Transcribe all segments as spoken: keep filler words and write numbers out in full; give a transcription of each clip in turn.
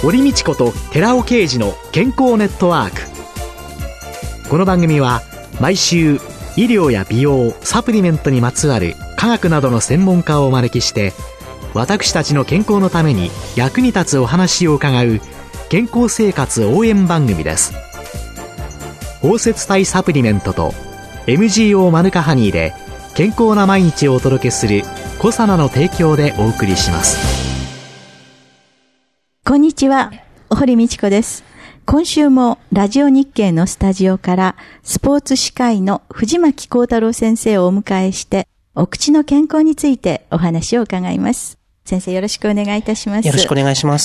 堀道子と寺尾啓二の健康ネットワーク。この番組は毎週医療や美容、サプリメントにまつわる科学などの専門家をお招きして、私たちの健康のために役に立つお話を伺う健康生活応援番組です。包摂体サプリメントと エムジーオー マヌカハニーで健康な毎日をお届けするコサナの提供でお送りします。 こんにちは、堀道子です。今週もラジオ日経のスタジオからスポーツ歯科医の藤巻幸太郎先生をお迎えして、お口の健康についてお話を伺います。先生、よろしくお願いいたします。 よろしくお願いします。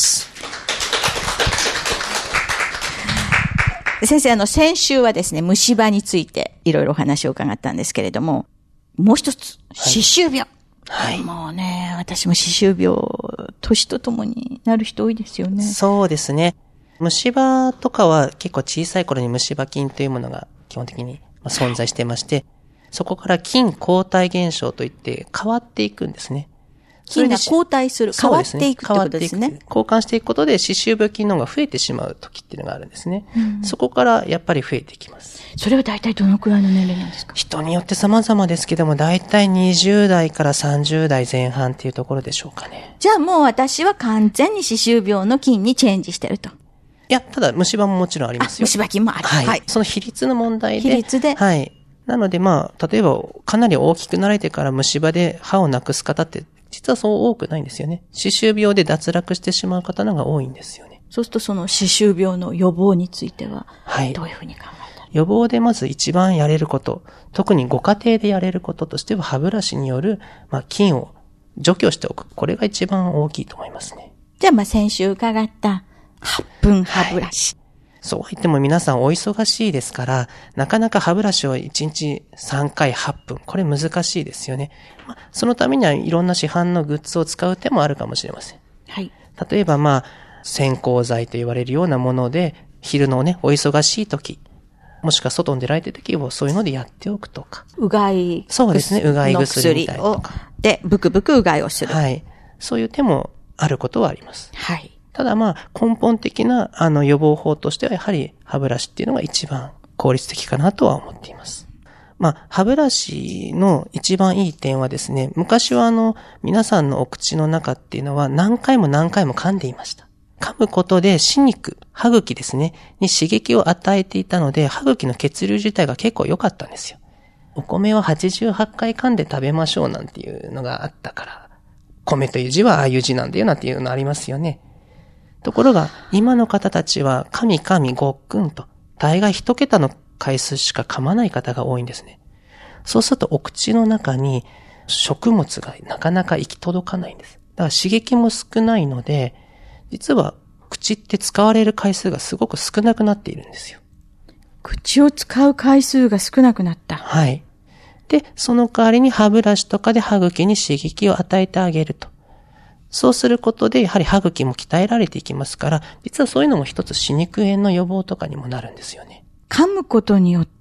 先生、あの先週はですね、虫歯についていろいろお話を伺ったんですけれども、もう一つ、歯周病。はい。もうね、私も歯周病、年とともになる人多いですよね。 そうですね。虫歯とかは結構小さい頃に虫歯菌というものが基本的に存在してまして、そこから菌交代現象といって変わっていくんですね。 菌が交代する、変わっていくってことですね。 交換していくことで歯周病菌の方が増えてしまう時っていうのがあるんですね。うん、そこからやっぱり増えてきます。 それは大体どのくらいの年齢なんですか？ 人によって様々ですけども、大体にじゅう代からさんじゅう代前半っていうところでしょうかね。 じゃあもう私は完全に歯周病の菌にチェンジしてると。 いや、ただ虫歯ももちろんありますよ。 虫歯菌もある。 はい。はい、その比率の問題で。 比率で。 はい。なのでまあ、例えばかなり大きくなられてから虫歯で歯をなくす方って実はそう多くないんですよね。歯周病で脱落してしまう方のが多いんですよね。 そうするとその歯周病の予防については、はい。どういうふうに考えたら、 予防でまず一番やれること、特にご家庭でやれることとしては歯ブラシによる、まあ、菌を除去しておく。これが一番大きいと思いますね。 じゃあまあ先週伺ったはっぷん歯ブラシ。はい、 そうは言っても皆さんお忙しいですから、なかなか歯ブラシをいちにちさんかいはっぷん。これ難しいですよね。まあ、そのためにはいろんな市販のグッズを使う手もあるかもしれません。 はい。 例えばまあ、線香剤と言われるようなもので、昼のね、お忙しい時、もしくは外に出られている時をそういうのでやっておくとか。 うがい。 そうですね、うがい薬みたいなとか。 で、ブクブクうがいをする。 はい。そういう手もあることはあります。 はい。 ただまあ根本的なあの予防法としてはやはり歯ブラシっていうのが一番効率的かなとは思っています。まあ歯ブラシの一番いい点はですね、昔はあの皆さんのお口の中っていうのは何回も何回も噛んでいました。噛むことで歯肉、歯茎ですね、に刺激を与えていたので歯茎の血流自体が結構良かったんですよ。お米ははちじゅうはちかい噛んで食べましょうなんていうのがあったから、米という字はああいう字なんだよなんていうのありますよね。ところが、今の方たちは、噛み噛みごっくんと、大概一桁の回数しか噛まない方が多いんですね。そうすると、お口の中に食物がなかなか行き届かないんです。だから刺激も少ないので、実は、口って使われる回数がすごく少なくなっているんですよ。 口を使う回数が少なくなった。 はい。で、その代わりに歯ブラシとかで歯茎に刺激を与えてあげると。そうすることで、やはり歯茎も鍛えられていきますから、実はそういうのも一つ歯肉炎の予防とかにもなるんですよね。 噛むことによって、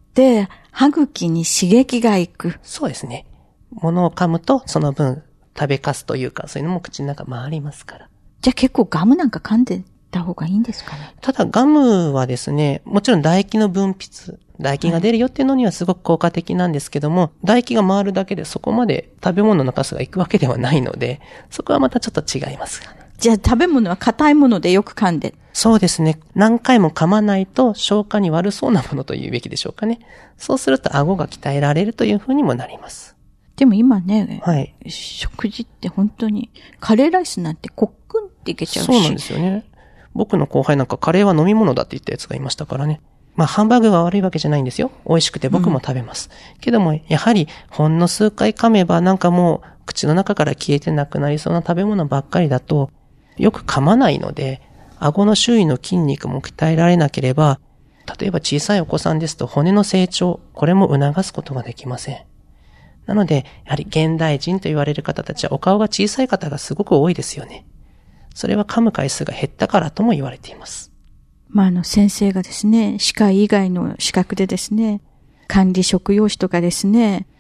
歯茎に刺激がいく。 そうですね。物を噛むと、その分、食べかすというか、そういうのも口の中回りますから。 じゃあ結構ガムなんか噛んでた方がいいんですかね？ ただガムはですね、もちろん唾液の分泌、唾液が出るよっていうのにはすごく効果的なんですけども、はい、唾液が回るだけでそこまで食べ物のカスがいくわけではないので、そこはまたちょっと違いますがね。 じゃあ食べ物は硬いものでよく噛んで。 そうですね。何回も噛まないと消化に悪そうなものと言うべきでしょうかね。そうすると顎が鍛えられるというふうにもなります。 でも今ね、 はい、 食事って本当にカレーライスなんてコックンっていけちゃうし。 そうなんですよね。僕の後輩なんかカレーは飲み物だって言ったやつがいましたからね。まあハンバーグが悪いわけじゃないんですよ。美味しくて僕も食べます。うん、けどもやはりほんの数回噛めばなんかもう口の中から消えてなくなりそうな食べ物ばっかりだとよく噛まないので、顎の周囲の筋肉も鍛えられなければ、例えば小さいお子さんですと骨の成長、これも促すことができません。なので、やはり現代人と言われる方たちはお顔が小さい方がすごく多いですよね。それは噛む回数が減ったからとも言われています。 まあ、あの、先生がですね、歯科医以外の資格でですね、管理食用紙とかですね、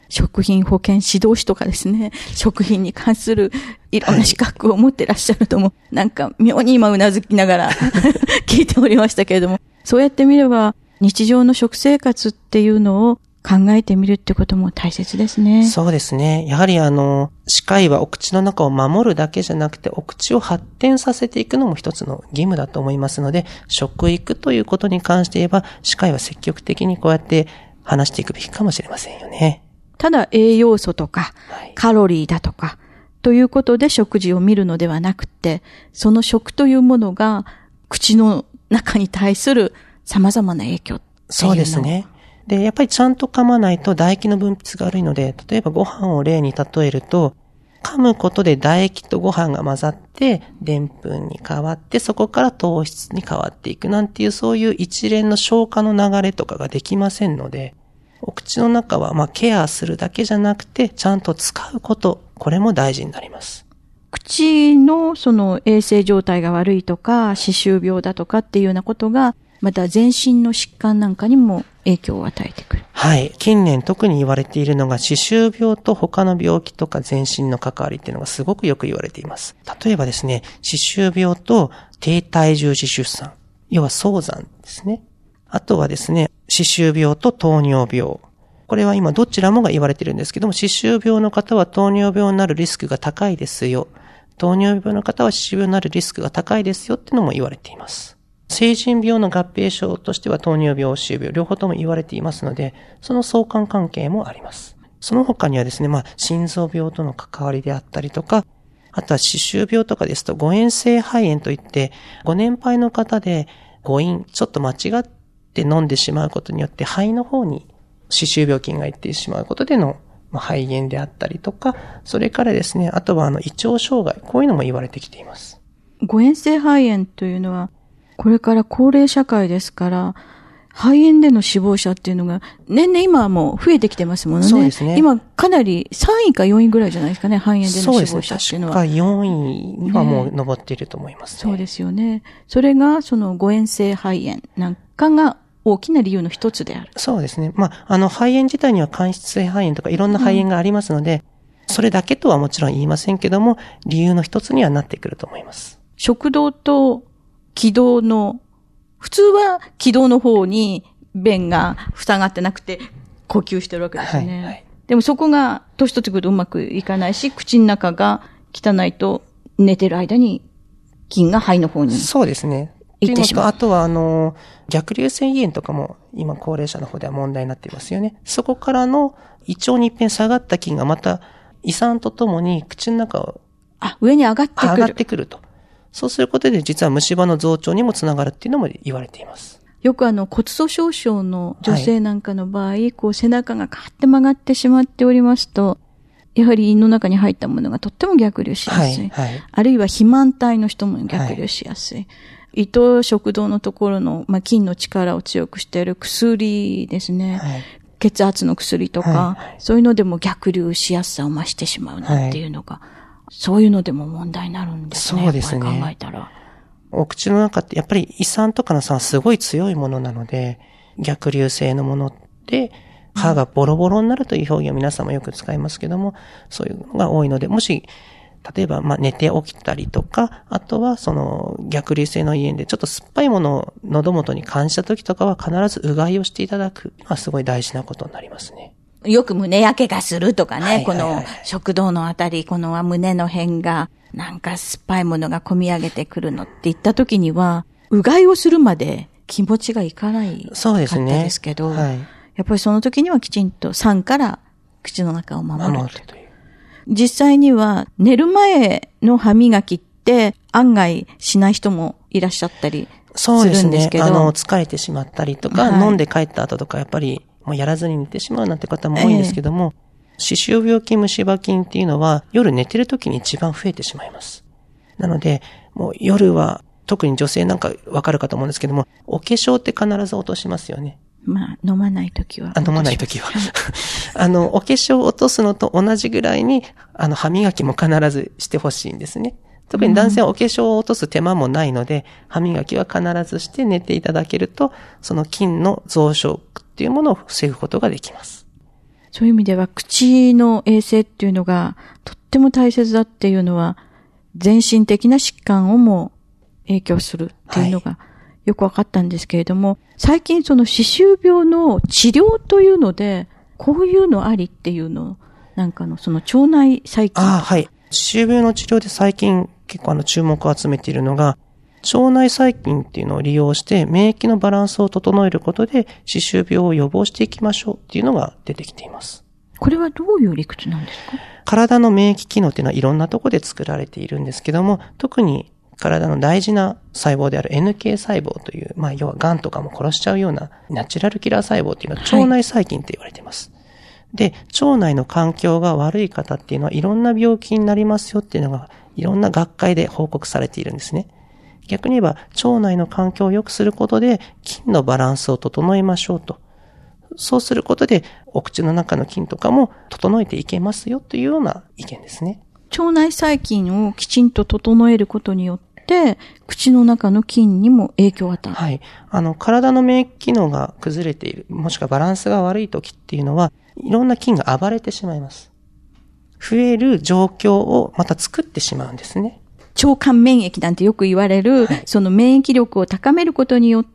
食品保健指導士とかですね、食品に関するいろんな資格を持ってらっしゃるとも、はい、なんか妙に今うなずきながら聞いておりましたけれども、そうやってみれば日常の食生活っていうのを考えてみるってことも大切ですね。 そうですね。やはりあの、歯科医はお口の中を守るだけじゃなくて、お口を発展させていくのも一つの義務だと思いますので、食育ということに関して言えば、歯科医は積極的にこうやって話していくべきかもしれませんよね。 ただ栄養素とか、はい、カロリーだとか、ということで食事を見るのではなくて、その食というものが口の中に対する様々な影響っていうの。 そうですね。で、やっぱりちゃんと噛まないと唾液の分泌が悪いので、例えばご飯を例に例えると、噛むことで唾液とご飯が混ざって、でんぷんに変わって、そこから糖質に変わっていくなんていう、そういう一連の消化の流れとかができませんので、お口の中はまあケアするだけじゃなくて、ちゃんと使うこと、これも大事になります。 口のその衛生状態が悪いとか、歯周病だとかっていうようなことが、また全身の疾患なんかにも影響を与えてくる。 はい。近年特に言われているのが、歯周病と他の病気とか全身の関わりっていうのがすごくよく言われています。例えばですね、歯周病と低体重児出産。要は早産ですね。あとはですね、歯周病と糖尿病。これは今どちらもが言われているんですけども、歯周病の方は糖尿病になるリスクが高いですよ。糖尿病の方は歯周病になるリスクが高いですよっていうのも言われています。成人病の合併症としては糖尿病、歯周病、両方とも言われていますので、その相関関係もあります。その他にはですね、まあ、心臓病との関わりであったりとか、あとは歯周病とかですと、誤嚥性肺炎といって、ご年配の方で誤飲、ちょっと間違って飲んでしまうことによって、肺の方に歯周病菌がいってしまうことでの、まあ、肺炎であったりとか、それからですね、あとはあの胃腸障害、こういうのも言われてきています。 誤嚥性肺炎というのは、これから高齢社会ですから、肺炎での死亡者っていうのが、年々今はもう増えてきてますもんね。 そうですね。 今かなりさんいかよんいぐらいじゃないですかね、肺炎での死亡者っていうのは。 そうですね。確かよんいにはもう上っていると思いますね。 そうですよね。それがその誤嚥性肺炎なんかが大きな理由の一つである。 そうですね。まあ、あの肺炎自体には間質性肺炎とかいろんな肺炎がありますので、うん、それだけとはもちろん言いませんけども、理由の一つにはなってくると思います。 食道と気道の普通は気道の方に便が塞がってなくて呼吸してるわけですよね。はいはい、でもそこが年取ってくるとうまくいかないし、口の中が汚いと寝てる間に菌が肺の方に行ってしまう。そうですね。っていうのと、 あとはあの、逆流性胃炎とかも今高齢者の方では問題になっていますよね。そこからの胃腸に一遍下がった菌がまた胃酸とともに口の中をあ、上に上がってくる。 上がってくると。そうすることで実は虫歯の増長にもつながるっていうのも言われています。 よくあの骨粗鬆症の女性なんかの場合、はい、こう背中がカーって曲がってしまっておりますと、やはり胃の中に入ったものがとっても逆流しやすい。はいはい、あるいは肥満体の人も逆流しやすい。はい、胃と食道のところの、まあ、菌の力を強くしている薬ですね。はい、血圧の薬とか、はいはい、そういうのでも逆流しやすさを増してしまうなんていうのが、はい、そういうのでも問題になるんですね。 そうですね。 これ考えたら。 お口の中ってやっぱり胃酸とかの酸はすごい強いものなので、逆流性のものって歯がボロボロになるという表現を皆さんもよく使いますけども、そういうのが多いので、もし例えばまあ寝て起きたりとか、あとはその逆流性の胃炎でちょっと酸っぱいものを喉元に感じた時とかは必ずうがいをしていただくのはすごい大事なことになりますね。 よく胸焼けがするとかね、 はいはいはい、 この食道のあたり、この胸の辺がなんか酸っぱいものが込み上げてくるのって言った時には、うがいをするまで気持ちがいかないかったですけど、 そうですね。はい、 やっぱりその時にはきちんと酸から口の中を守る。 守るという。 実際には寝る前の歯磨きって案外しない人もいらっしゃったりするんですけど。そうですね。 あの、疲れてしまったりとか、はい、飲んで帰った後とかやっぱりもうやらずに寝てしまうなんて方も多いんですけども、えー、歯周病菌、虫歯菌っていうのは夜寝てる時に一番増えてしまいます。なので、もう夜は特に女性なんかわかるかと思うんですけども、お化粧って必ず落としますよね。 まあ、飲まないときは。 あ、飲まないときは。あの、お化粧を落とすのと同じぐらいに、あの、歯磨きも必ずしてほしいんですね。特に男性はお化粧を落とす手間もないので、うん、歯磨きは必ずして寝ていただけると、その菌の増殖っていうものを防ぐことができます。 そういう意味では口の衛生っていうのがとっても大切だっていうのは、全身的な疾患をも影響するっていうのがよくわかったんですけれども、はい、最近その歯周病の治療というので、こういうのありっていうの、なんかのその腸内細菌。 ああ、はい。歯周病の治療で最近結構あの注目を集めているのが、腸内細菌っていうのを利用して免疫のバランスを整えることで歯周病を予防していきましょうっていうのが出てきています。 これはどういう理屈なんですか？ 体の免疫機能っていうのはいろんなところで作られているんですけども、特に体の大事な細胞である エヌケー 細胞という、まあ要は癌とかも殺しちゃうようなナチュラルキラー細胞っていうのは腸内細菌って言われています。はい、で、腸内の環境が悪い方っていうのはいろんな病気になりますよっていうのがいろんな学会で報告されているんですね。逆に言えば腸内の環境を良くすることで菌のバランスを整えましょうと。そうすることでお口の中の菌とかも整えていけますよというような意見ですね。 腸内細菌をきちんと整えることによって口の中の菌にも影響を与える。 はい。あの、体の免疫機能が崩れている、もしくはバランスが悪い時っていうのは、いろんな菌が暴れてしまいます。増える状況をまた作ってしまうんですね。 腸間免疫なんてよく言われる、はい、その免疫力を高めることによって、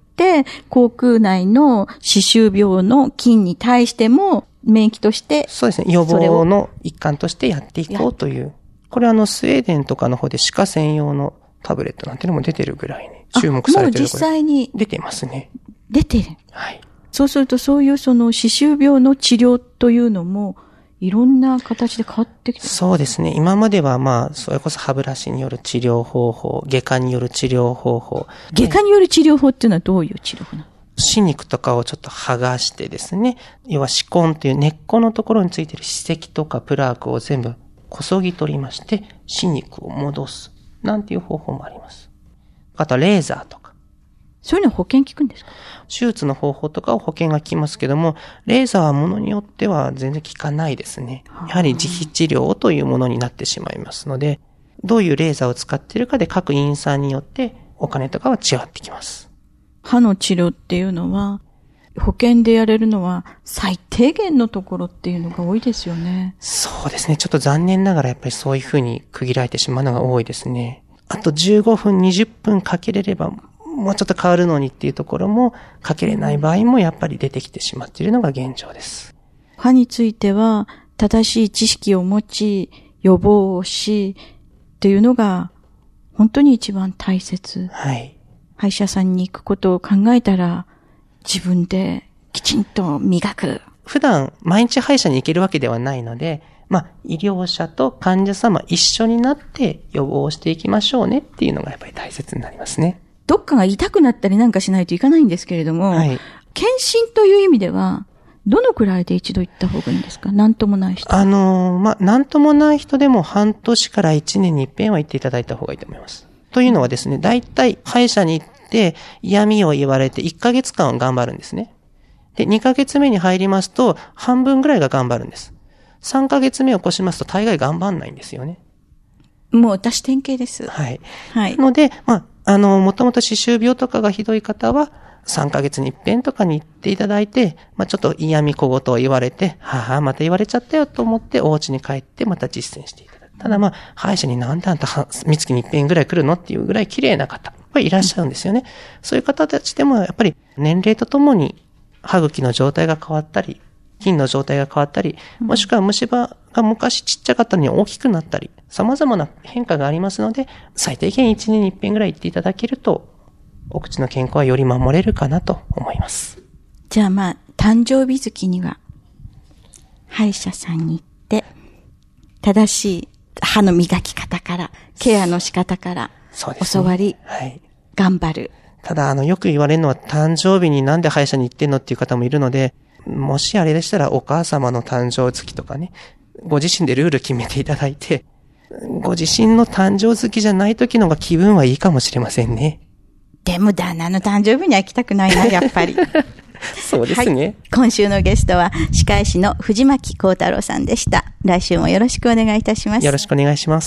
口腔内の歯周病の菌に対しても免疫として。 そうですね。予防の一環としてやっていこうという。これあの、スウェーデンとかの方で歯科専用のタブレットなんていうのも出てるぐらいに注目されてる。 もう実際に。 出てますね。 出てる。 はい。 そうするとそういうその歯周病の治療というのも、いろんな形で変わってきてる。 そうですね。今まではまあ、それこそ歯ブラシによる治療方法、外科による治療方法。 外科による治療法っていうのはどういう治療法なの？ 歯肉とかをちょっと剥がしてですね、要は歯根っていう根っこのところについている歯石とかプラークを全部こそぎ取りまして、歯肉を戻す。なんていう方法もあります。あとはレーザーとか。 そういうのは保険効くんですか？ 手術の方法とかは保険が効きますけども、レーザーはものによっては全然効かないですね。やはり自費治療というものになってしまいますので、どういうレーザーを使っているかで各院さんによってお金とかは違ってきます。 歯の治療っていうのは、保険でやれるのは最低限のところっていうのが多いですよね。 そうですね。ちょっと残念ながらやっぱりそういうふうに区切られてしまうのが多いですね。あとじゅうごふん、にじゅっぷんかけれれば、もうちょっと変わるのにっていうところもかけれない場合もやっぱり出てきてしまっているのが現状です。 歯については正しい知識を持ち、予防をし、っていうのが本当に一番大切。 はい。 歯医者さんに行くことを考えたら、自分できちんと磨く。 普段毎日歯医者に行けるわけではないので、まあ、医療者と患者様一緒になって予防していきましょうねっていうのがやっぱり大切になりますね。 どっかが痛くなったりなんかしないといかないんですけれども、はい、検診という意味では、どのくらいで一度行った方がいいんですか？なんともない人。 あのー、まあ、なんともない人でも半年から一年に一遍は行っていただいた方がいいと思います。というのはですね、だいたい歯医者に行って嫌味を言われていっかげつかん頑張るんですね。で、にかげつめに入りますと半分ぐらいが頑張るんです。さんかげつめを越しますと大概頑張んないんですよね。 もう私典型です。 はい。 はい。 なので、まあ、あの、もともと歯周病とかがひどい方は、さんかげつに一遍とかに行っていただいて、まあ、ちょっと嫌味小言を言われて、はあ、また言われちゃったよと思って、お家に帰ってまた実践していただく。ただまあ、歯医者になんであんた、三月に一遍ぐらい来るのっていうぐらい綺麗な方はいらっしゃるんですよね。うん、そういう方たちでも、やっぱり年齢とともに歯茎の状態が変わったり、菌の状態が変わったり、もしくは虫歯が昔ちっちゃかったのに大きくなったり、様々な変化がありますので、最低限いちねんに一遍ぐらい行っていただけると、お口の健康はより守れるかなと思います。 じゃあまあ、誕生日月には、歯医者さんに行って、正しい歯の磨き方から、ケアの仕方から、教わり、 はい、 頑張る。 ただ、あの、よく言われるのは、誕生日になんで歯医者に行ってんのっていう方もいるので、もしあれでしたら、お母様の誕生月とかね、ご自身でルール決めていただいて、ご自身の誕生月じゃない時のが気分はいいかもしれませんね。 でも旦那の誕生日には行きたくないな、やっぱり。 そうですね、はい。 今週のゲストは、歯科医師の藤巻幸太郎さんでした。来週もよろしくお願いいたします。 よろしくお願いします。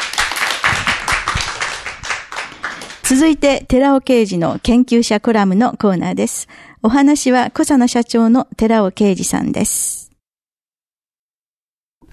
続いて、寺尾啓二の研究者コラムのコーナーです。お話は、小佐野社長の寺尾啓二さんです。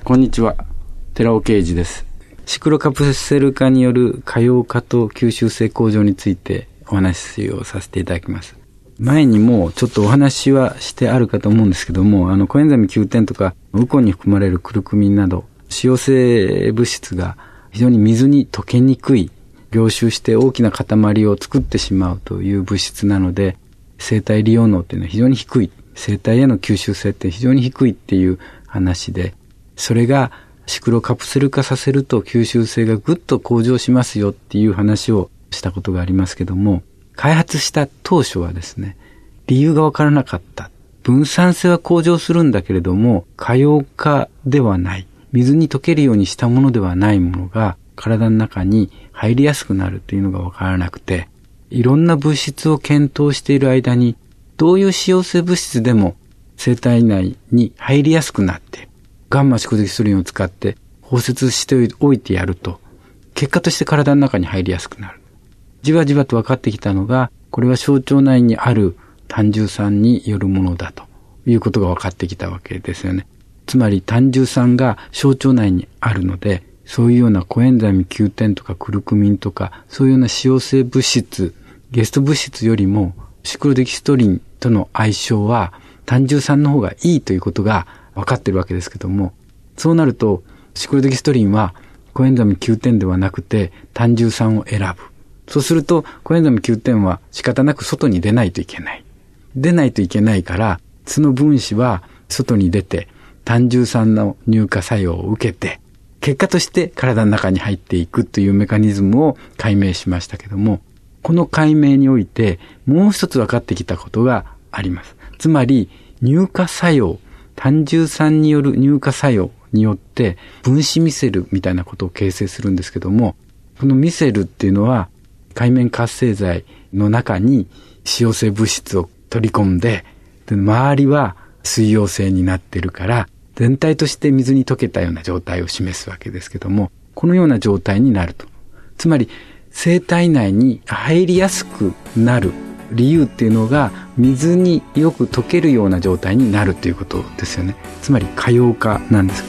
こんにちは、寺尾啓二です。シクロカプセル化による可用化と吸収性向上についてお話をさせていただきます。前にもちょっとお話はしてあるかと思うんですけども、あのコエンザイム キューテン とかウコンに含まれるクルクミンなど脂溶性物質が非常に水に溶けにくい、凝集して大きな塊を作ってしまうという物質なので、生体利用能っていうのは非常に低い、生体への吸収性って非常に低いっていう話で、それがシクロカプセル化させると吸収性がぐっと向上しますよっていう話をしたことがありますけども、開発した当初はですね、理由がわからなかった。分散性は向上するんだけれども、可用化ではない。水に溶けるようにしたものではないものが体の中に入りやすくなるというのがわからなくて、いろんな物質を検討している間に、どういう脂溶性物質でも生体内に入りやすくなって、ガンマ宿敵ストリンを使って包摂しておいてやると、結果として体の中に入りやすくなる。じわじわと分かってきたのが、これは小腸内にある胆汁酸によるものだということが分かってきたわけですよね。つまり胆汁酸が小腸内にあるので、そういうようなコエンザイム キューテン とかクルクミンとか、そういうような脂溶性物質、ゲスト物質よりもシクロデキストリンとの相性は胆汁酸の方がいいということが分かってるわけですけども、そうなるとシクロデキストリンはコエンザイム キューテン ではなくて胆汁酸を選ぶ。そうするとコエンザイム キューテン は仕方なく外に出ないといけない。出ないといけないから、その分子は外に出て胆汁酸の乳化作用を受けて、結果として体の中に入っていくというメカニズムを解明しましたけども、この解明においてもう一つ分かってきたことがあります。つまり乳化作用、胆汁酸による乳化作用によって分子ミセルみたいなことを形成するんですけども、このミセルっていうのは界面活性剤の中に脂溶性物質を取り込んで、で周りは水溶性になっているから全体として水に溶けたような状態を示すわけですけども、このような状態になると。つまり生体内に入りやすくなる理由っていうのが、水によく溶けるような状態になるということですよね。つまり可用化なんです。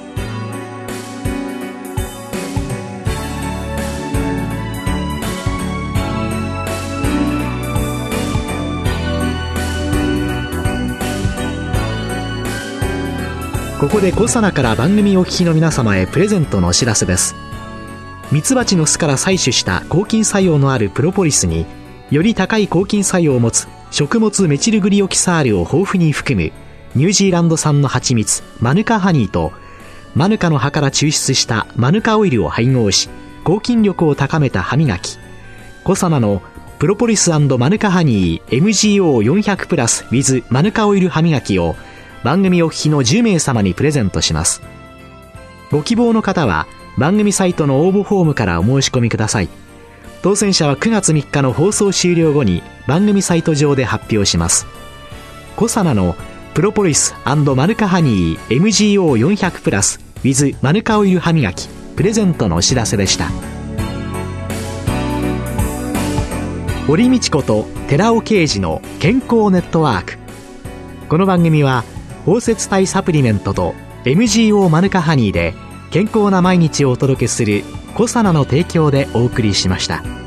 ここでコサナから番組お聞きの皆様へプレゼントのお知らせです。ミツバチの巣から採取した抗菌作用のあるプロポリスに、より高い抗菌作用を持つ食物メチルグリオキサールを豊富に含むニュージーランド産の蜂蜜マヌカハニーと、マヌカの葉から抽出したマヌカオイルを配合し、抗菌力を高めた歯磨き、コサナのプロポリス&マヌカハニー エムジーオーよんひゃく プラス with マヌカオイル歯磨きを番組お聞きのじゅうめいさまにプレゼントします。ご希望の方は番組サイトの応募フォームからお申し込みください。当選者はくがつみっかの放送終了後に番組サイト上で発表します。コサナのプロポリス&マヌカハニー エムジーオーよんひゃく プラス with マヌカオイル歯磨きプレゼントのお知らせでした。堀道子と寺尾啓二の健康ネットワーク。この番組は包摂体サプリメントと エムジーオー マヌカハニーで健康な毎日をお届けするコサナの提供でお送りしました。